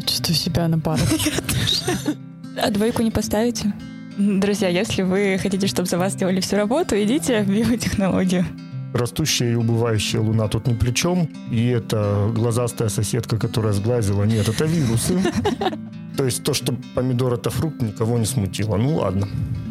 Чувствую себя на пару. А двойку не поставите? Друзья, если вы хотите, чтобы за вас сделали всю работу, идите в биотехнологию. Растущая и убывающая луна тут ни при чем. И это глазастая соседка, которая сглазила. Нет, это вирусы. То есть то, что помидор — это фрукт, никого не смутило. Ну ладно.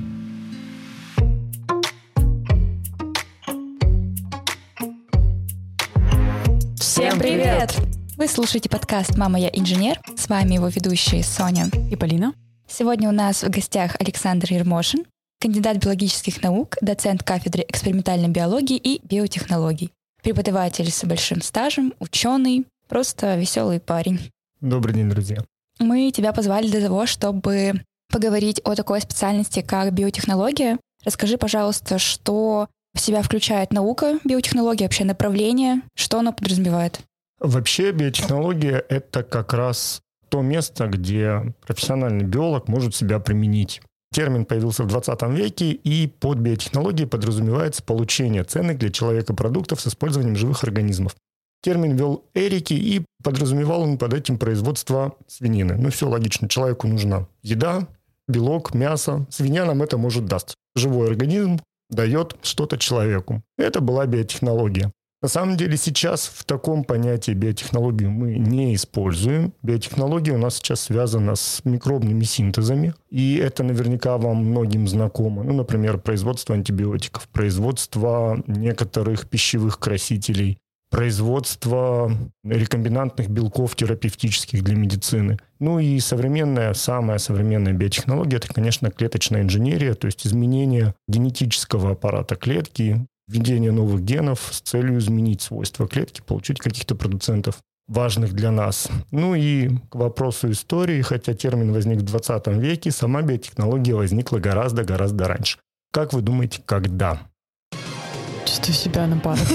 Всем привет! Вы слушаете подкаст «Мама, я инженер». С вами его ведущие Соня И Полина. Сегодня у нас в гостях Александр Ермошин, кандидат биологических наук, доцент кафедры экспериментальной биологии и биотехнологий, преподаватель с большим стажем, ученый, просто веселый парень. Добрый день, друзья. Мы тебя позвали для того, чтобы поговорить о такой специальности, как биотехнология. Расскажи, пожалуйста, что в себя включает наука биотехнология, вообще направление, что она подразумевает? Вообще биотехнология — это как раз то место, где профессиональный биолог может себя применить. Термин появился в 20 веке, и под биотехнологией подразумевается получение ценных для человека продуктов с использованием живых организмов. Термин ввел Эрики, и подразумевал он под этим производство свинины. Ну, все логично. Человеку нужна еда, белок, мясо. Свинья нам это может даст. Живой организм дает что-то человеку. Это была биотехнология. На самом деле сейчас в таком понятии биотехнологию мы не используем. Биотехнология у нас сейчас связана с микробными синтезами. И это наверняка вам многим знакомо. Ну, например, производство антибиотиков, производство некоторых пищевых красителей, производство рекомбинантных белков терапевтических для медицины. Ну и самая современная биотехнология — это, конечно, клеточная инженерия, то есть изменение генетического аппарата клетки, введение новых генов с целью изменить свойства клетки, получить каких-то продуцентов, важных для нас. Ну и к вопросу истории, хотя термин возник в 20 веке, сама биотехнология возникла гораздо-гораздо раньше. Как вы думаете, когда? Чувствую себя на пару.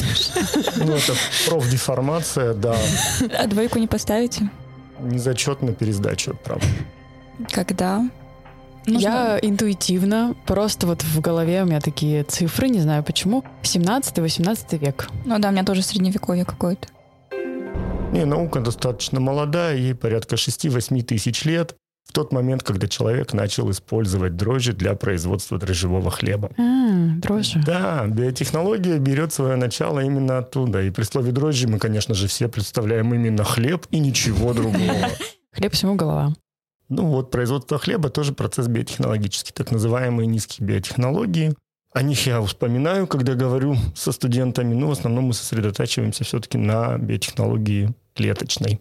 Ну, это профдеформация, да. А двойку не поставите? Незачет на пересдачу, правда. Когда? Я интуитивно, просто вот в голове у меня такие цифры, не знаю почему, 17-18 век. Ну да, у меня тоже средневековье какое-то. Не, наука достаточно молодая, ей порядка 6-8 тысяч лет. В тот момент, когда человек начал использовать дрожжи для производства дрожжевого хлеба. Дрожжи. Да, биотехнология берет свое начало именно оттуда. И при слове дрожжи мы, конечно же, все представляем именно хлеб и ничего другого. Хлеб всему голова. Ну вот, производство хлеба тоже процесс биотехнологический, так называемые низкие биотехнологии. О них я вспоминаю, когда говорю со студентами, но в основном мы сосредотачиваемся все-таки на биотехнологии клеточной.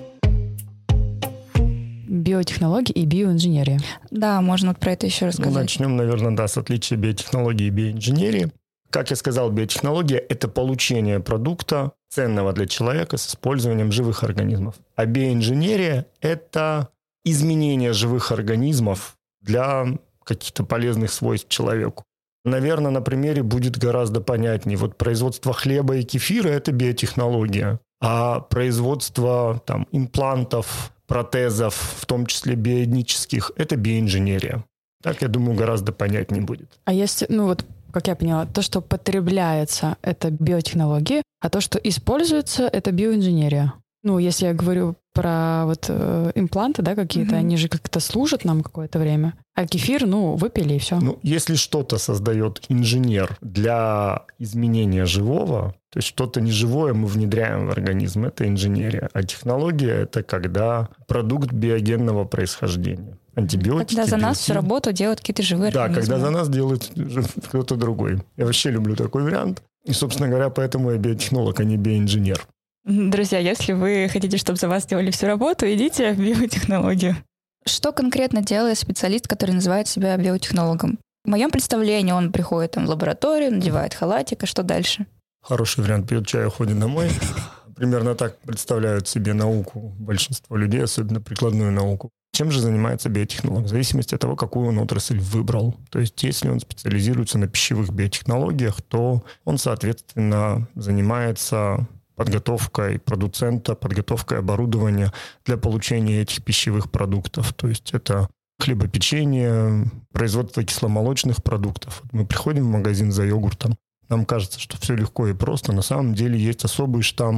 Биотехнологии и биоинженерия. Да, можно вот про это еще рассказать. Ну, начнем, наверное, да, с отличия биотехнологии и биоинженерии. Как я сказал, биотехнология — это получение продукта, ценного для человека, с использованием живых организмов. А биоинженерия — это изменение живых организмов для каких-то полезных свойств человеку. Наверное, на примере будет гораздо понятнее. Вот производство хлеба и кефира — это биотехнология, а производство там имплантов, протезов, в том числе бионических, это биоинженерия. Так, я думаю, гораздо понятнее будет. А есть, как я поняла, то, что потребляется, это биотехнология, а то, что используется, это биоинженерия. Если я говорю про импланты, да, какие-то, они же как-то служат нам какое-то время. А кефир, выпили и все. Если что-то создает инженер для изменения живого, то есть что-то неживое мы внедряем в организм, это инженерия. А технология — это когда продукт биогенного происхождения. Антибиотики, когда за нас белки. всю работу делают какие-то живые организмы. Да, когда за нас делает кто-то другой. Я вообще люблю такой вариант. И, собственно говоря, поэтому я биотехнолог, а не биоинженер. Друзья, если вы хотите, чтобы за вас сделали всю работу, идите в биотехнологию. Что конкретно делает специалист, который называет себя биотехнологом? В моем представлении он приходит в лабораторию, надевает халатик, а что дальше? Хороший вариант. Пьет чай, уходит домой. Примерно так представляют себе науку большинство людей, особенно прикладную науку. Чем же занимается биотехнолог? В зависимости от того, какую он отрасль выбрал. То есть, если он специализируется на пищевых биотехнологиях, то он, соответственно, занимается подготовкой продуцента, подготовкой оборудования для получения этих пищевых продуктов. То есть это хлебопечение, производство кисломолочных продуктов. Мы приходим в магазин за йогуртом, нам кажется, что все легко и просто. На самом деле есть особые штаммы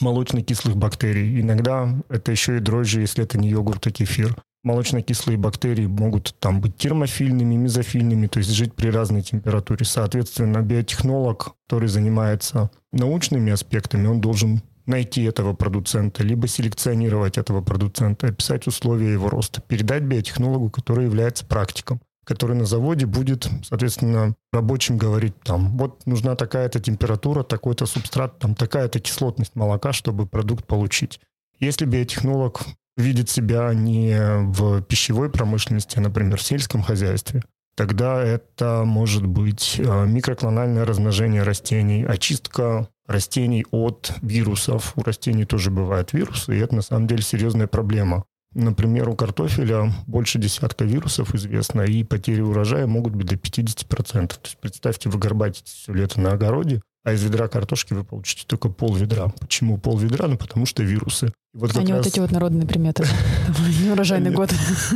молочно-кислых бактерий. Иногда это еще и дрожжи, если это не йогурт, а кефир. Молочно-кислые бактерии могут там быть термофильными, мезофильными, то есть жить при разной температуре. Соответственно, биотехнолог, который занимается научными аспектами, он должен найти этого продуцента, либо селекционировать этого продуцента, описать условия его роста, передать биотехнологу, который является практиком, который на заводе будет, соответственно, рабочим говорить, там, вот нужна такая-то температура, такой-то субстрат, там, такая-то кислотность молока, чтобы продукт получить. Если биотехнолог видит себя не в пищевой промышленности, а, например, в сельском хозяйстве, тогда это может быть микроклональное размножение растений, очистка растений от вирусов. У растений тоже бывают вирусы, и это на самом деле серьезная проблема. Например, у картофеля больше десятка вирусов известно, и потери урожая могут быть до 50%. То есть представьте, вы горбатите все лето на огороде, а из ведра картошки вы получите только пол-ведра. Почему пол-ведра? Ну, потому что вирусы. Вот эти вот народные приметы. Неурожайный год.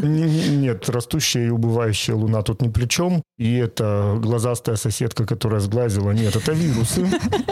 Нет, растущая и убывающая луна тут ни при чем. И это глазастая соседка, которая сглазила. Нет, это вирусы.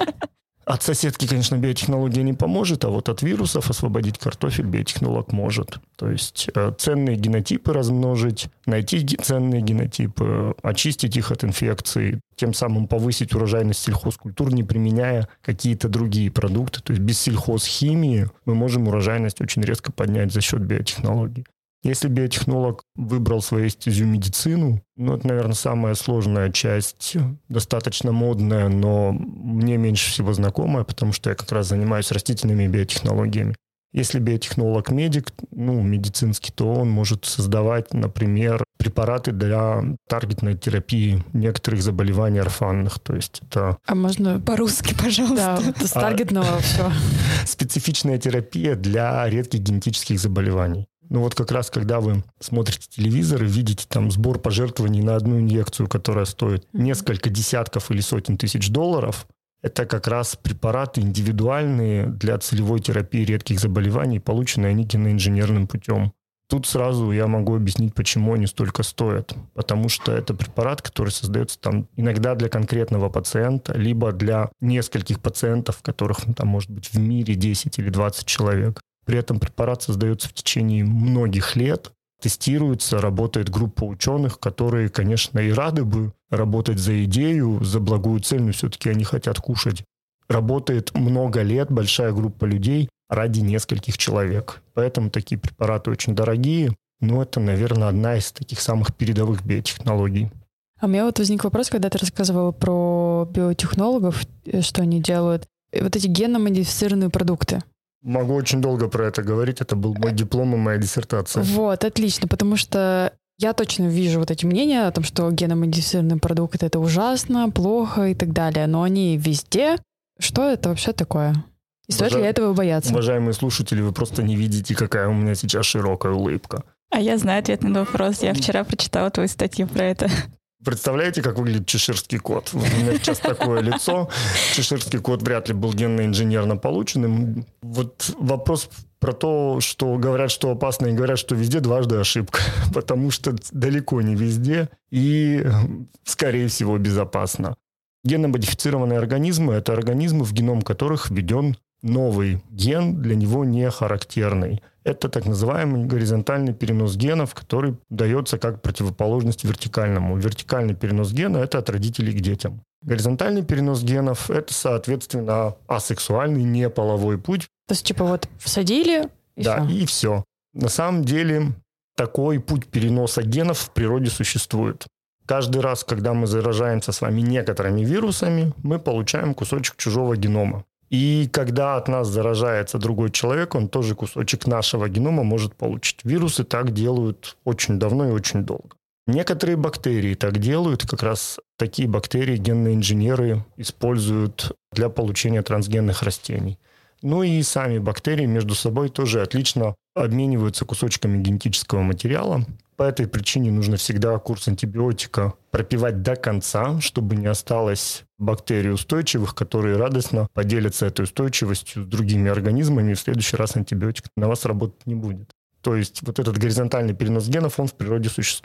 От соседки, конечно, биотехнология не поможет, а вот от вирусов освободить картофель биотехнолог может. То есть ценные генотипы размножить, найти ценные генотипы, очистить их от инфекций, тем самым повысить урожайность сельхозкультур, не применяя какие-то другие продукты. То есть без сельхозхимии мы можем урожайность очень резко поднять за счет биотехнологий. Если биотехнолог выбрал своей стезю медицину, это, наверное, самая сложная часть, достаточно модная, но мне меньше всего знакомая, потому что я как раз занимаюсь растительными биотехнологиями. Если биотехнолог медик, медицинский, то он может создавать, например, препараты для таргетной терапии некоторых заболеваний орфанных. То есть это... А можно по-русски, пожалуйста? Да, с таргетного все. Специфичная терапия для редких генетических заболеваний. Вот как раз, когда вы смотрите телевизор и видите там сбор пожертвований на одну инъекцию, которая стоит несколько десятков или сотен тысяч долларов, это как раз препараты индивидуальные для целевой терапии редких заболеваний, полученные они генно-инженерным путем. Тут сразу я могу объяснить, почему они столько стоят. Потому что это препарат, который создается там иногда для конкретного пациента, либо для нескольких пациентов, которых там может быть в мире 10 или 20 человек. При этом препарат создается в течение многих лет, тестируется, работает группа ученых, которые, конечно, и рады бы работать за идею, за благую цель, но все-таки они хотят кушать. Работает много лет большая группа людей ради нескольких человек. Поэтому такие препараты очень дорогие, но это, наверное, одна из таких самых передовых биотехнологий. А у меня вот возник вопрос, когда ты рассказывала про биотехнологов, что они делают. Вот эти генно-модифицированные продукты. Могу очень долго про это говорить. Это был мой диплом и моя диссертация. Вот, отлично, потому что я точно вижу вот эти мнения о том, что генно-модифицированные продукты — это ужасно, плохо и так далее, но они везде. Что это вообще такое? И стоит ли этого бояться? Уважаемые слушатели, вы просто не видите, какая у меня сейчас широкая улыбка. А я знаю ответ на этот вопрос. Я вчера прочитала твою статью про это. Представляете, как выглядит чеширский кот? У меня сейчас такое лицо. Чеширский кот вряд ли был генно-инженерно полученным. Вот вопрос про то, что говорят, что опасно, и говорят, что везде, дважды ошибка. Потому что далеко не везде и, скорее всего, безопасно. Генно-модифицированные организмы – это организмы, в геном которых введен новый ген, для него не характерный. Это так называемый горизонтальный перенос генов, который дается как противоположность вертикальному. Вертикальный перенос гена – это от родителей к детям. Горизонтальный перенос генов – это, соответственно, асексуальный, неполовой путь. То есть, вот всадили, и да, все. и все. На самом деле, такой путь переноса генов в природе существует. Каждый раз, когда мы заражаемся с вами некоторыми вирусами, мы получаем кусочек чужого генома. И когда от нас заражается другой человек, он тоже кусочек нашего генома может получить. Вирусы так делают очень давно и очень долго. Некоторые бактерии так делают. Как раз такие бактерии генные инженеры используют для получения трансгенных растений. И сами бактерии между собой тоже отлично обмениваются кусочками генетического материала. По этой причине нужно всегда курс антибиотика пропивать до конца, чтобы не осталось бактерий устойчивых, которые радостно поделятся этой устойчивостью с другими организмами, и в следующий раз антибиотик на вас работать не будет. То есть вот этот горизонтальный перенос генов, он в природе существует.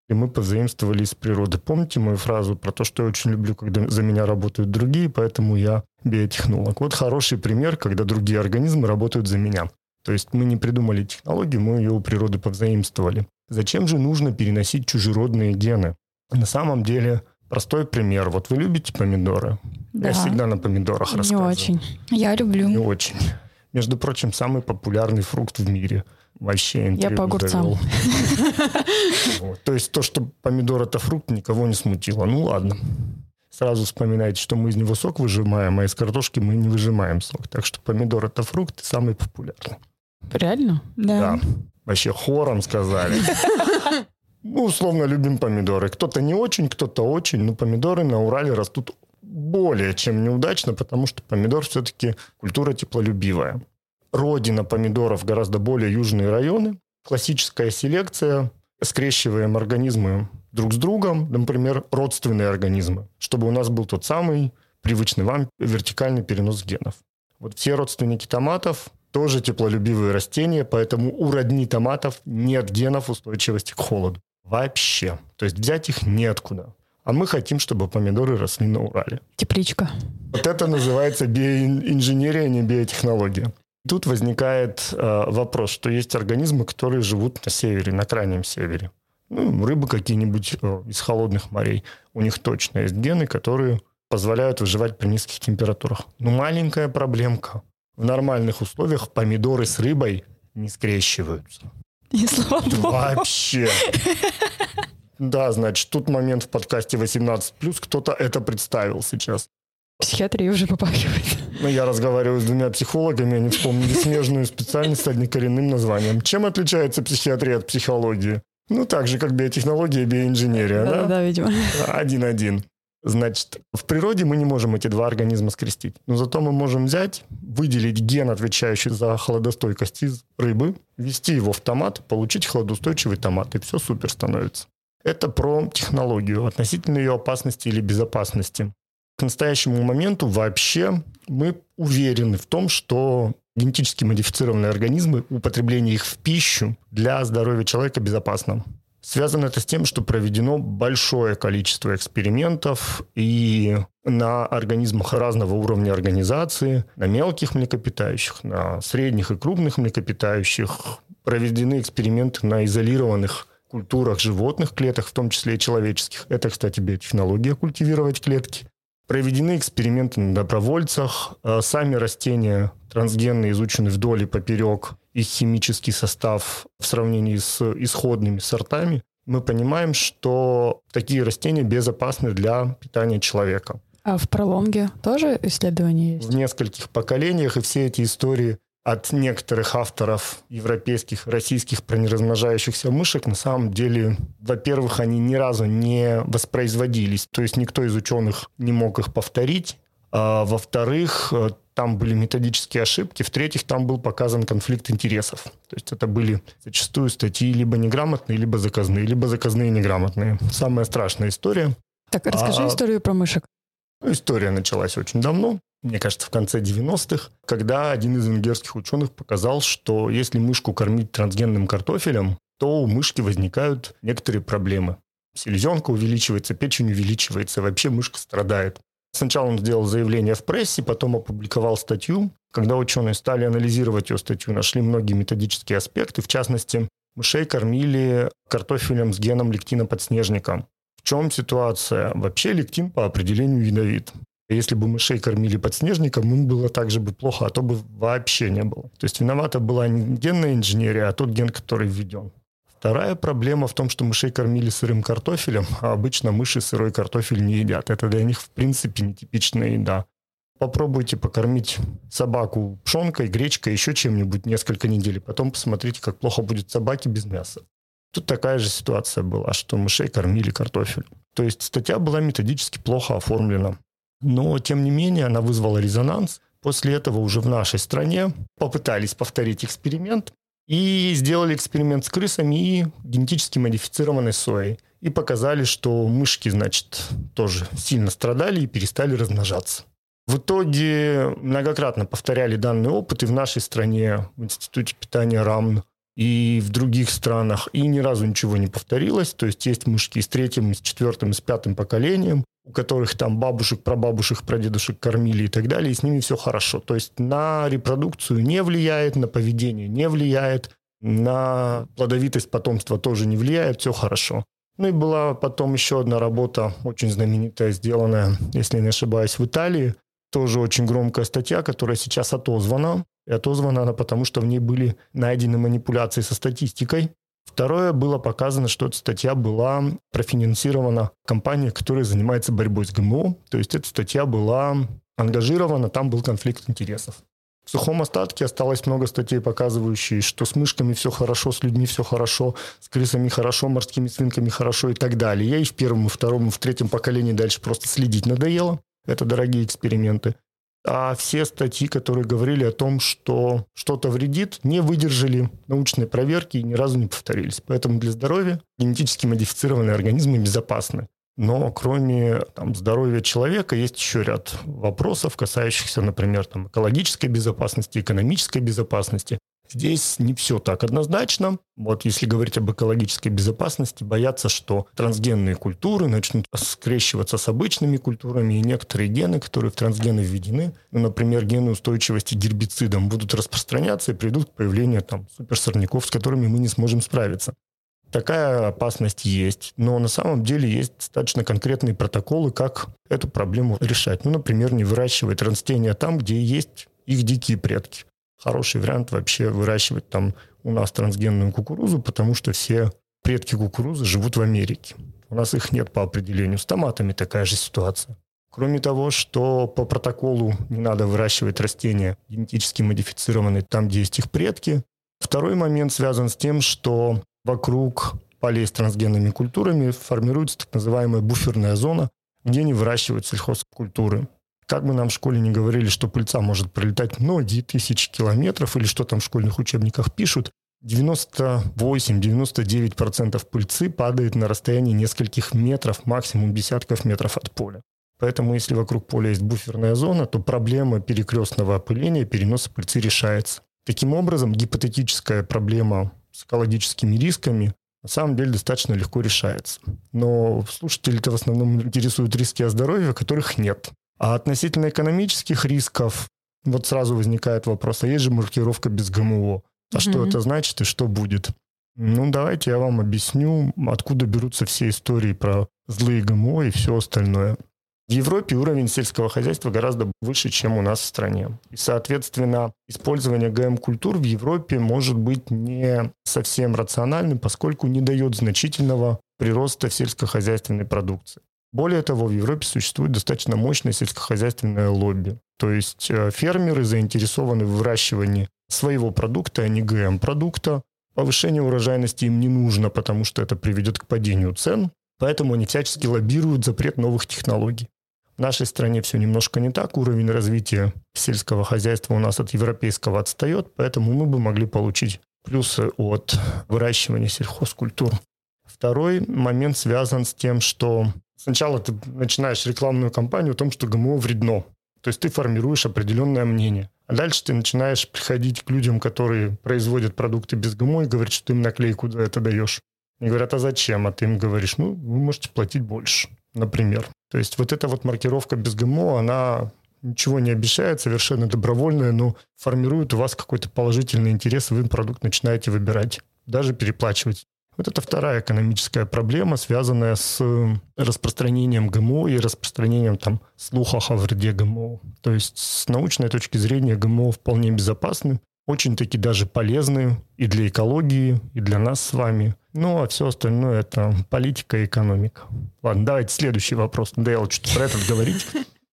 и мы позаимствовали из природы. Помните мою фразу про то, что я очень люблю, когда за меня работают другие, поэтому я биотехнолог? Вот хороший пример, когда другие организмы работают за меня. То есть мы не придумали технологию, мы ее у природы позаимствовали. Зачем же нужно переносить чужеродные гены? На самом деле, простой пример. Вот вы любите помидоры? Да. Я всегда на помидорах рассказываю. Не очень. Я люблю. Не очень. Между прочим, самый популярный фрукт в мире. Вообще интригу Я по огурцам. Вот. То есть то, что помидор – это фрукт, никого не смутило. Ну ладно. Сразу вспоминайте, что мы из него сок выжимаем, а из картошки мы не выжимаем сок. Так что помидор – это фрукт и самый популярный. Реально? Да. Вообще хором сказали. Мы условно любим помидоры. Кто-то не очень, кто-то очень. Но помидоры на Урале растут более чем неудачно, потому что помидор все-таки культура теплолюбивая. Родина помидоров гораздо более южные районы. Классическая селекция. Скрещиваем организмы друг с другом, например, родственные организмы, чтобы у нас был тот самый привычный вам вертикальный перенос генов. Вот все родственники томатов тоже теплолюбивые растения, поэтому у родни томатов нет генов устойчивости к холоду. Вообще. То есть взять их неоткуда. А мы хотим, чтобы помидоры росли на Урале. Тепличка. Вот это называется биоинженерия, не биотехнология. Тут возникает вопрос, что есть организмы, которые живут на севере, на крайнем севере. Ну, рыбы какие-нибудь из холодных морей. У них точно есть гены, которые позволяют выживать при низких температурах. Но маленькая проблемка. В нормальных условиях помидоры с рыбой не скрещиваются. И слава богу. Вообще. Да, значит, тут момент в подкасте 18+, кто-то это представил сейчас. Психиатрия уже попахивает. Ну, я разговариваю с двумя психологами, они вспомнили смежную специальность с однокоренным названием. Чем отличается психиатрия от психологии? Ну, так же, как биотехнология и биоинженерия, да? Да, видимо. 1-1. Значит, в природе мы не можем эти два организма скрестить. Но зато мы можем взять, выделить ген, отвечающий за холодостойкость из рыбы, ввести его в томат, получить холодоустойчивый томат, и все супер становится. Это про технологию, относительно ее опасности или безопасности. К настоящему моменту вообще мы уверены в том, что генетически модифицированные организмы, употребление их в пищу для здоровья человека безопасно. Связано это с тем, что проведено большое количество экспериментов и на организмах разного уровня организации, на мелких млекопитающих, на средних и крупных млекопитающих. Проведены эксперименты на изолированных культурах животных клеток, в том числе и человеческих. Это, кстати, биотехнология — культивировать клетки. Проведены эксперименты на добровольцах. Сами растения трансгенные изучены вдоль и поперек. Их химический состав в сравнении с исходными сортами. Мы понимаем, что такие растения безопасны для питания человека. А в пролонге тоже исследования есть? В нескольких поколениях, и все эти истории от некоторых авторов европейских, российских про неразмножающихся мышек, на самом деле, во-первых, они ни разу не воспроизводились, то есть никто из ученых не мог их повторить, а во-вторых, там были методические ошибки, в-третьих, там был показан конфликт интересов. То есть это были зачастую статьи либо неграмотные, либо заказные неграмотные. Самая страшная история. Так, расскажи историю про мышек. История началась очень давно. Мне кажется, в конце 90-х, когда один из венгерских ученых показал, что если мышку кормить трансгенным картофелем, то у мышки возникают некоторые проблемы. Селезенка увеличивается, печень увеличивается, вообще мышка страдает. Сначала он сделал заявление в прессе, потом опубликовал статью. Когда ученые стали анализировать ее статью, нашли многие методические аспекты. В частности, мышей кормили картофелем с геном лектина-подснежника. В чем ситуация? Вообще лектин по определению ядовит. Если бы мышей кормили подснежником, им было так же бы плохо, а то бы вообще не было. То есть виновата была не генная инженерия, а тот ген, который введен. Вторая проблема в том, что мышей кормили сырым картофелем, а обычно мыши сырой картофель не едят. Это для них, в принципе, нетипичная еда. Попробуйте покормить собаку пшенкой, гречкой, еще чем-нибудь несколько недель. Потом посмотрите, как плохо будет собаке без мяса. Тут такая же ситуация была, что мышей кормили картофелем. То есть статья была методически плохо оформлена. Но, тем не менее, она вызвала резонанс. После этого уже в нашей стране попытались повторить эксперимент и сделали эксперимент с крысами и генетически модифицированной соей. И показали, что мышки, значит, тоже сильно страдали и перестали размножаться. В итоге многократно повторяли данный опыт, и в нашей стране, в Институте питания РАМН, и в других странах, и ни разу ничего не повторилось. То есть мышки с 3-м, с 4-м, с 5-м поколением, у которых там бабушек, прабабушек, прадедушек кормили и так далее, и с ними все хорошо. То есть на репродукцию не влияет, на поведение не влияет, на плодовитость потомства тоже не влияет, все хорошо. Ну и была потом еще одна работа, очень знаменитая, сделанная, если не ошибаюсь, в Италии. Тоже очень громкая статья, которая сейчас отозвана. И отозвана она потому, что в ней были найдены манипуляции со статистикой. Второе, было показано, что эта статья была профинансирована компанией, которая занимается борьбой с ГМО. То есть эта статья была ангажирована, там был конфликт интересов. В сухом остатке осталось много статей, показывающих, что с мышками все хорошо, с людьми все хорошо, с крысами хорошо, морскими свинками хорошо и так далее. Я и в 1-м, и в 2-м, и в 3-м поколении дальше просто следить надоело. Это дорогие эксперименты. А все статьи, которые говорили о том, что что-то вредит, не выдержали научной проверки и ни разу не повторились. Поэтому для здоровья генетически модифицированные организмы безопасны. Но кроме здоровья человека есть еще ряд вопросов, касающихся, например, экологической безопасности, экономической безопасности. Здесь не все так однозначно. Вот если говорить об экологической безопасности, боятся, что трансгенные культуры начнут скрещиваться с обычными культурами, и некоторые гены, которые в трансгены введены, например, гены устойчивости к гербицидам, будут распространяться и приведут к появлению суперсорняков, с которыми мы не сможем справиться. Такая опасность есть, но на самом деле есть достаточно конкретные протоколы, как эту проблему решать. Например, не выращивать растения там, где есть их дикие предки. Хороший вариант вообще выращивать там у нас трансгенную кукурузу, потому что все предки кукурузы живут в Америке. У нас их нет по определению. С томатами такая же ситуация. Кроме того, что по протоколу не надо выращивать растения генетически модифицированные там, где есть их предки. Второй момент связан с тем, что вокруг полей с трансгенными культурами формируется так называемая буферная зона, где не выращивают сельхозкультуры. Как бы нам в школе не говорили, что пыльца может пролетать многие тысячи километров, или что там в школьных учебниках пишут, 98-99% пыльцы падает на расстоянии нескольких метров, максимум десятков метров от поля. Поэтому если вокруг поля есть буферная зона, то проблема перекрестного опыления, переноса пыльцы решается. Таким образом, гипотетическая проблема с экологическими рисками на самом деле достаточно легко решается. Но слушателей-то в основном интересуют риски о здоровье, которых нет. А относительно экономических рисков вот сразу возникает вопрос, а есть же маркировка без ГМО? А что это значит и что будет? Давайте я вам объясню, откуда берутся все истории про злые ГМО и все остальное. В Европе уровень сельского хозяйства гораздо выше, чем у нас в стране. И, соответственно, использование ГМ-культур в Европе может быть не совсем рациональным, поскольку не дает значительного прироста сельскохозяйственной продукции. Более того, в Европе существует достаточно мощное сельскохозяйственное лобби. То есть фермеры заинтересованы в выращивании своего продукта, а не ГМ-продукта. Повышение урожайности им не нужно, потому что это приведет к падению цен. Поэтому они всячески лоббируют запрет новых технологий. В нашей стране все немножко не так. Уровень развития сельского хозяйства у нас от европейского отстает, поэтому мы бы могли получить плюсы от выращивания сельхозкультур. Второй момент связан с тем, что сначала ты начинаешь рекламную кампанию о том, что ГМО вредно. То есть ты формируешь определенное мнение. А дальше ты начинаешь приходить к людям, которые производят продукты без ГМО, и говорить, что ты им наклейку за это даешь. И говорят, а зачем? А ты им говоришь, вы можете платить больше, например. То есть вот эта вот маркировка без ГМО, она ничего не обещает, совершенно добровольная, но формирует у вас какой-то положительный интерес, и вы продукт начинаете выбирать, даже переплачивать. Вот это вторая экономическая проблема, связанная с распространением ГМО и распространением слухов о вреде ГМО. То есть с научной точки зрения ГМО вполне безопасны, очень-таки даже полезны и для экологии, и для нас с вами. Ну, а все остальное – это политика и экономика. Ладно, давайте следующий вопрос. Надоело что-то про этот говорить.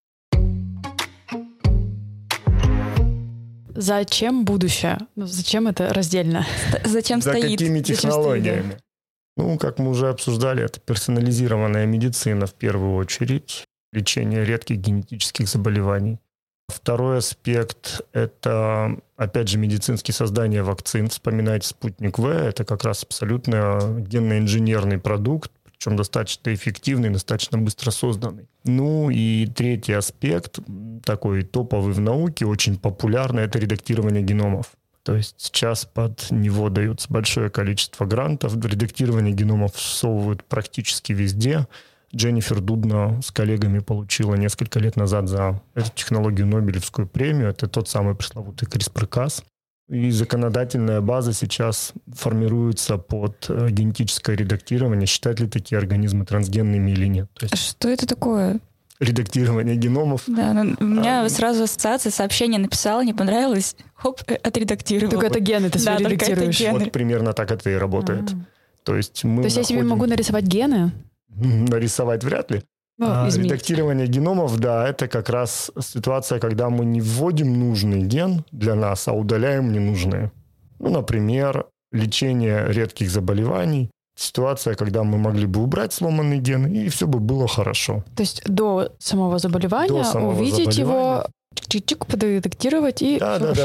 Зачем будущее? Зачем это раздельно? Зачем стоит? За какими технологиями? Как мы уже обсуждали, это персонализированная медицина в первую очередь, лечение редких генетических заболеваний. Второй аспект – это, опять же, медицинские создания вакцин. Вспоминайте «Спутник В». Это как раз абсолютно генно-инженерный продукт, причем достаточно эффективный, достаточно быстро созданный. И третий аспект, такой топовый в науке, очень популярный – это редактирование геномов. То есть сейчас под него дается большое количество грантов. Редактирование геномов всовывают практически везде. Дженнифер Дудна с коллегами получила несколько лет назад за эту технологию Нобелевскую премию. Это тот самый пресловутый CRISPR-Cas. И законодательная база сейчас формируется под генетическое редактирование. Считать ли такие организмы трансгенными или нет? То есть что это такое? Редактирование геномов. Да, у меня сразу ассоциация, сообщение написала, не понравилось, хоп, отредактировала. Только это гены ты свои редактируешь. Вот примерно так это и работает. То есть я себе могу нарисовать гены? Нарисовать вряд ли. Редактирование геномов, да, это как раз ситуация, когда мы не вводим нужный ген для нас, а удаляем ненужные. Например, лечение редких заболеваний. Ситуация, когда мы могли бы убрать сломанный ген, и все бы было хорошо. То есть до самого заболевания увидеть его, чик-чик, подредактировать и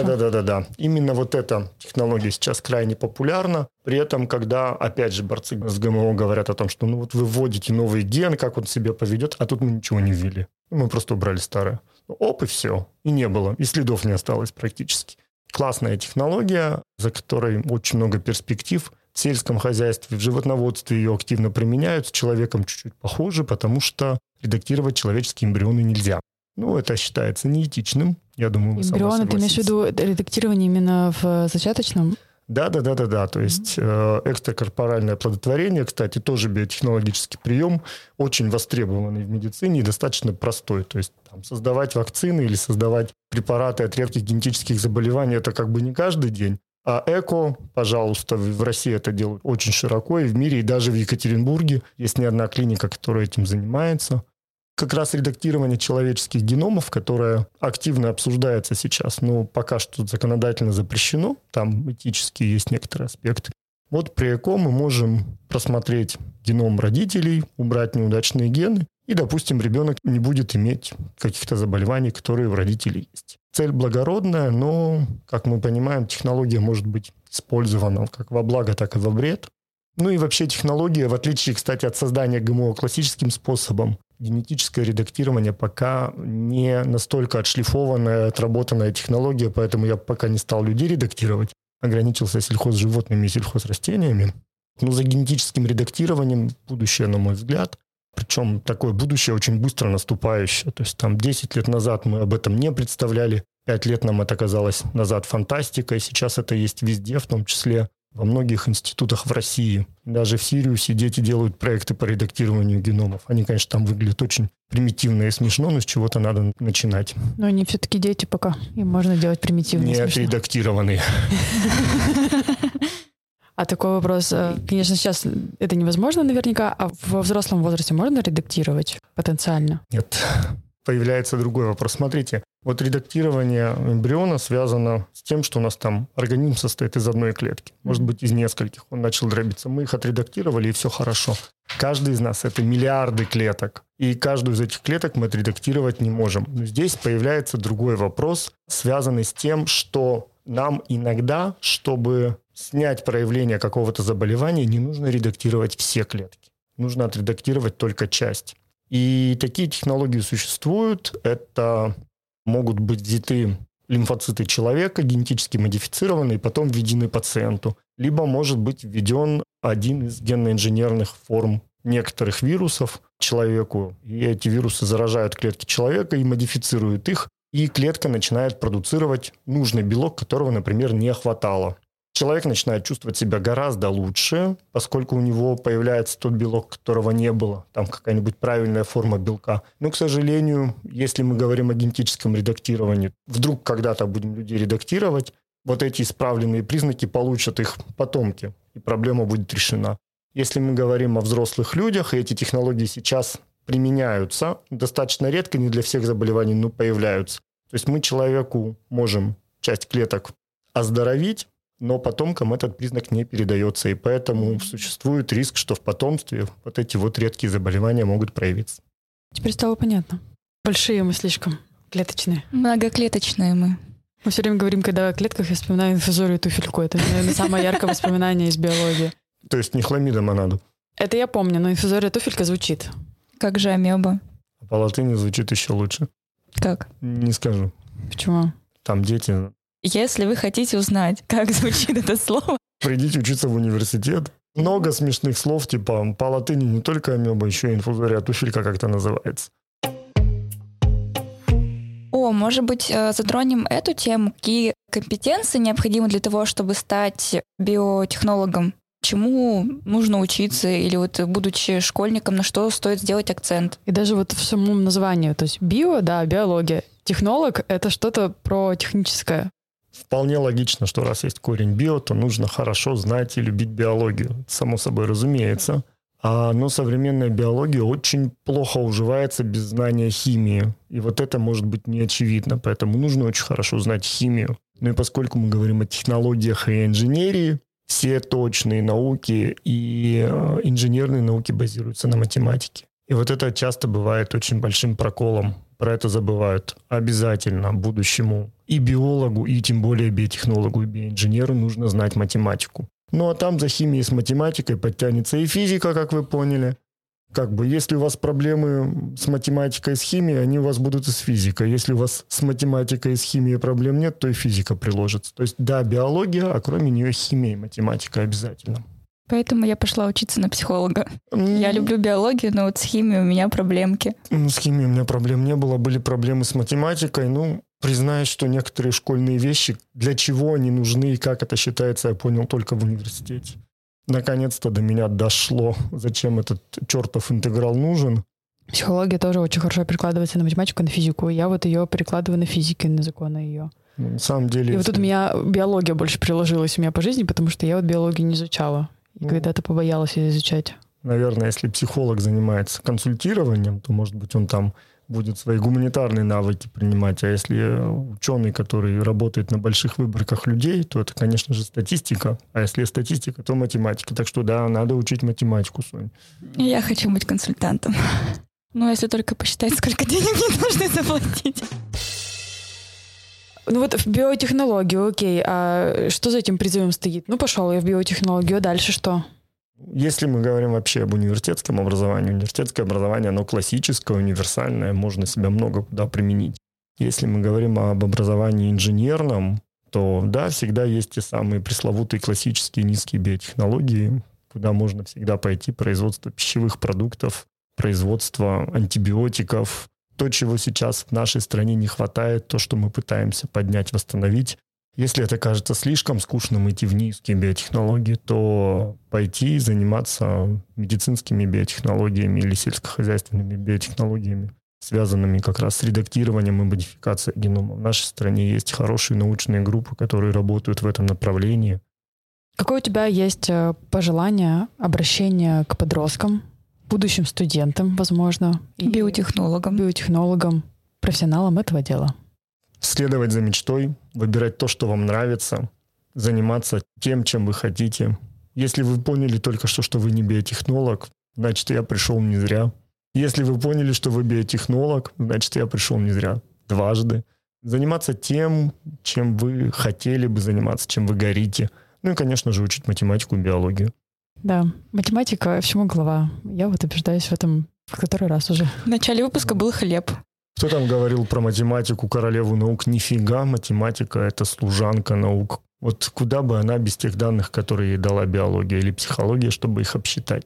Да. Именно вот эта технология сейчас крайне популярна. При этом, когда, опять же, борцы с ГМО говорят о том, что вы вводите новый ген, как он себя поведет, а тут мы ничего не ввели. Мы просто убрали старое. Оп, и все. И не было. И следов не осталось практически. Классная технология, за которой очень много перспектив. В сельском хозяйстве, в животноводстве ее активно применяют. С человеком чуть-чуть похоже, потому что редактировать человеческие эмбрионы нельзя. Это считается неэтичным. Я думаю, вы эмбрионы, ты имеешь в виду редактирование именно в зачаточном? Да. То есть экстракорпоральное оплодотворение, кстати, тоже биотехнологический прием, очень востребованный в медицине и достаточно простой. То есть создавать вакцины или создавать препараты от редких генетических заболеваний – это как бы не каждый день. А ЭКО, пожалуйста, в России это делают очень широко, и в мире, и даже в Екатеринбурге есть не одна клиника, которая этим занимается. Как раз редактирование человеческих геномов, которое активно обсуждается сейчас, но пока что законодательно запрещено, там этически есть некоторые аспекты. Вот при ЭКО мы можем просмотреть геном родителей, убрать неудачные гены, и, допустим, ребенок не будет иметь каких-то заболеваний, которые у родителей есть. Цель благородная, но, как мы понимаем, технология может быть использована как во благо, так и во вред. И вообще технология, в отличие, кстати, от создания ГМО классическим способом, генетическое редактирование пока не настолько отшлифованная, отработанная технология, поэтому я пока не стал людей редактировать, ограничился сельхозживотными и сельхозрастениями. Но за генетическим редактированием будущее, на мой взгляд. Причем такое будущее очень быстро наступающее. То есть 10 лет назад мы об этом не представляли, 5 лет нам это казалось назад фантастикой. Сейчас это есть везде, в том числе во многих институтах в России. Даже в Сириусе дети делают проекты по редактированию геномов. Они, конечно, там выглядят очень примитивно и смешно, но с чего-то надо начинать. Но они все-таки дети пока. Им можно делать примитивно и смешно. Не отредактированные. А такой вопрос, конечно, сейчас это невозможно наверняка, а во взрослом возрасте можно редактировать потенциально? Нет. Появляется другой вопрос. Смотрите, вот редактирование эмбриона связано с тем, что у нас там организм состоит из одной клетки, может быть, из нескольких. Он начал дробиться. Мы их отредактировали, и все хорошо. Каждый из нас — это миллиарды клеток. И каждую из этих клеток мы отредактировать не можем. Но здесь появляется другой вопрос, связанный с тем, что нам иногда, чтобы снять проявление какого-то заболевания, не нужно редактировать все клетки. Нужно отредактировать только часть. И такие технологии существуют. Это могут быть взяты лимфоциты человека, генетически модифицированные, и потом введены пациенту. Либо может быть введен один из генно-инженерных форм некоторых вирусов человеку. И эти вирусы заражают клетки человека и модифицируют их. И клетка начинает продуцировать нужный белок, которого, например, не хватало. Человек начинает чувствовать себя гораздо лучше, поскольку у него появляется тот белок, которого не было, там какая-нибудь правильная форма белка. Но, к сожалению, если мы говорим о генетическом редактировании, вдруг когда-то будем людей редактировать, вот эти исправленные признаки получат их потомки, и проблема будет решена. Если мы говорим о взрослых людях, и эти технологии сейчас применяются, достаточно редко, не для всех заболеваний, но появляются. То есть мы человеку можем часть клеток оздоровить, но потомкам этот признак не передается, и поэтому существует риск, что в потомстве вот эти вот редкие заболевания могут проявиться. Теперь стало понятно. Большие мы слишком, клеточные. Многоклеточные мы. Мы все время говорим, когда о клетках, я вспоминаю инфузорию туфельку. Это, наверное, самое яркое воспоминание из биологии. То есть не хламидомонаду. Это я помню, но инфузория туфелька звучит. Как же амеба? По латыни звучит еще лучше. Как? Не скажу. Почему? Там дети Если вы хотите узнать, как звучит это слово, придите учиться в университет. Много смешных слов, типа по латыни не только амеба, еще и инфузория туфелька как-то называется. Может быть, затронем эту тему. Какие компетенции необходимы для того, чтобы стать биотехнологом? Чему нужно учиться? Или вот, будучи школьником, на что стоит сделать акцент? И даже вот в самом названии, то есть био, да, биология. Технолог — это что-то про техническое. Вполне логично, что раз есть корень био, то нужно хорошо знать и любить биологию. Само собой разумеется. Но современная биология очень плохо уживается без знания химии. И вот это может быть не очевидно. Поэтому нужно очень хорошо знать химию. Ну и поскольку мы говорим о технологиях и инженерии, все точные науки и инженерные науки базируются на математике. И вот это часто бывает очень большим проколом. Про это забывают. Обязательно будущему и биологу, и тем более биотехнологу, и биоинженеру нужно знать математику. Ну а там за химией с математикой подтянется и физика, как вы поняли. Если у вас проблемы с математикой и с химией, они у вас будут и с физикой. Если у вас с математикой и с химией проблем нет, то и физика приложится. То есть да, биология, а кроме нее химия и математика обязательно. Поэтому я пошла учиться на психолога. Я люблю биологию, но вот с химией у меня проблемки. С химией у меня проблем не было. Были проблемы с математикой. Признаюсь, что некоторые школьные вещи, для чего они нужны и как это считается, я понял только в университете. Наконец-то до меня дошло, зачем этот чертов интеграл нужен. Психология тоже очень хорошо перекладывается на математику и на физику. Я вот ее перекладываю на физику, на законы ее. На самом деле... И вот тут у меня биология больше приложилась у меня по жизни, потому что я вот биологию не изучала. И когда-то побоялась ее изучать. Наверное, если психолог занимается консультированием, то, может быть, он там будет свои гуманитарные навыки принимать. А если ученый, который работает на больших выборках людей, то это, конечно же, статистика. А если статистика, то математика. Так что да, надо учить математику, Сонь. Я хочу быть консультантом. Если только посчитать, сколько денег мне должны заплатить. Вот в биотехнологию, окей. А что за этим призывом стоит? Пошел я в биотехнологию, а дальше что? Если мы говорим вообще об университетском образовании, университетское образование, оно классическое, универсальное, можно себя много куда применить. Если мы говорим об образовании инженерном, то да, всегда есть те самые пресловутые классические низкие биотехнологии, куда можно всегда пойти: производство пищевых продуктов, производство антибиотиков. То, чего сейчас в нашей стране не хватает, то, что мы пытаемся поднять, восстановить. Если это кажется слишком скучным идти в низкие биотехнологии, то пойти заниматься медицинскими биотехнологиями или сельскохозяйственными биотехнологиями, связанными как раз с редактированием и модификацией генома. В нашей стране есть хорошие научные группы, которые работают в этом направлении. Какое у тебя есть пожелание, обращение к подросткам, будущим студентам, возможно, биотехнологам, профессионалам этого дела? Следовать за мечтой, выбирать то, что вам нравится, заниматься тем, чем вы хотите. Если вы поняли только что вы не биотехнолог, значит, я пришел не зря. Если вы поняли, что вы биотехнолог, значит, я пришел не зря. Дважды. Заниматься тем, чем вы хотели бы заниматься, чем вы горите. И, конечно же, учить математику и биологию. Да, математика всему голова. Я убеждаюсь в этом в который раз уже. В начале выпуска был хлеб. Кто там говорил про математику, королеву наук? Нифига, математика — это служанка наук. Вот куда бы она без тех данных, которые ей дала биология или психология, чтобы их обсчитать?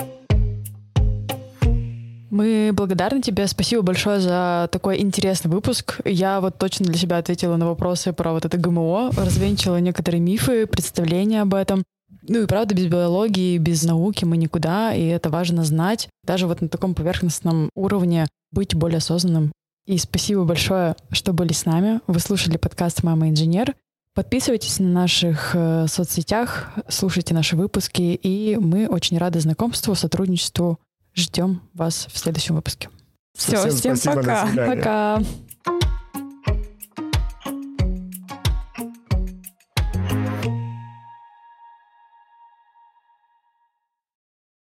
Мы благодарны тебе. Спасибо большое за такой интересный выпуск. Я точно для себя ответила на вопросы про это ГМО, развенчала некоторые мифы, представления об этом. И правда, без биологии, без науки мы никуда, и это важно знать. Даже на таком поверхностном уровне быть более осознанным. И спасибо большое, что были с нами. Вы слушали подкаст «Мама инженер». Подписывайтесь на наших соцсетях, слушайте наши выпуски, и мы очень рады знакомству, сотрудничеству. Ждем вас в следующем выпуске. Все, всем пока. Пока.